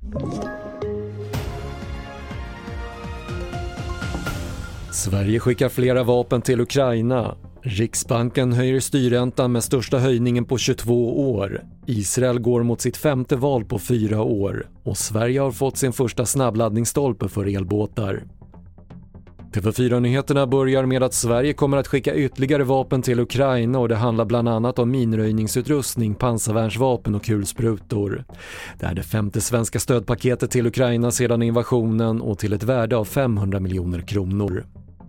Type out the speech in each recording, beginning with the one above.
Sverige skickar flera vapen till Ukraina. Riksbanken höjer styrräntan med största höjningen på 22 år. Israel går mot sitt 5:e val på 4 år. Och Sverige har fått sin första snabbladdningsstolpe för elbåtar. TV4-nyheterna börjar med att Sverige kommer att skicka ytterligare vapen till Ukraina och det handlar bland annat om minröjningsutrustning, pansarvärnsvapen och kulsprutor. Det är det 5:e svenska stödpaketet till Ukraina sedan invasionen och till ett värde av 500 miljoner kronor.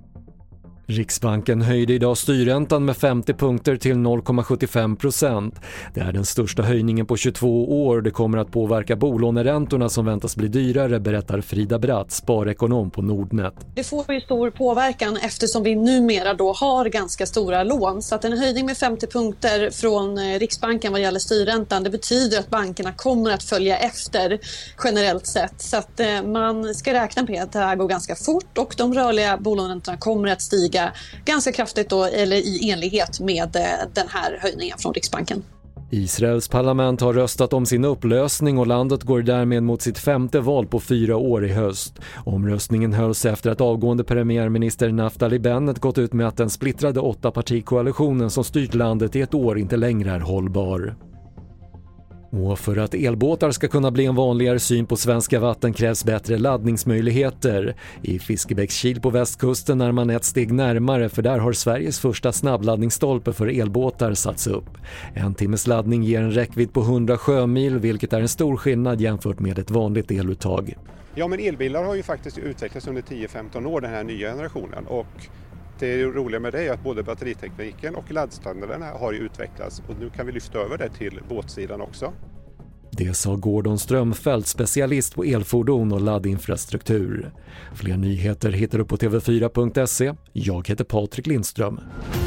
Riksbanken höjde idag styrräntan med 50 punkter till 0,75%. Det är den största höjningen på 22 år. Det kommer att påverka bolåneräntorna som väntas bli dyrare, berättar Frida Bratt, sparekonom på Nordnet. Det får ju stor påverkan eftersom vi numera då har ganska stora lån. Så att en höjning med 50 punkter från Riksbanken vad gäller styrräntan, det betyder att bankerna kommer att följa efter generellt sett. Så att man ska räkna med att det här går ganska fort och de rörliga bolåneräntorna kommer att stiga ganska kraftigt då, eller i enlighet med den här höjningen från Riksbanken. Israels parlament har röstat om sin upplösning och landet går därmed mot sitt 5:e val på 4 år i höst. Omröstningen hölls efter att avgående premiärminister Naftali Bennett gått ut med att den splittrade 8-partikoalitionen som styrt landet i ett år inte längre är hållbar. Och för att elbåtar ska kunna bli en vanligare syn på svenska vatten krävs bättre laddningsmöjligheter. I Fiskebäckskil på västkusten är man ett steg närmare för där har Sveriges första snabbladdningsstolpe för elbåtar satts upp. En timmes laddning ger en räckvidd på 100 sjömil vilket är en stor skillnad jämfört med ett vanligt eluttag. Ja, men elbilar har ju faktiskt utvecklats under 10-15 år, den här nya generationen, och det roliga med det är att både batteritekniken och laddstandarderna har ju utvecklats och nu kan vi lyfta över det till båtsidan också. Det sa Gordon Strömfelt, specialist på elfordon och laddinfrastruktur. Fler nyheter hittar du på tv4.se. Jag heter Patrik Lindström.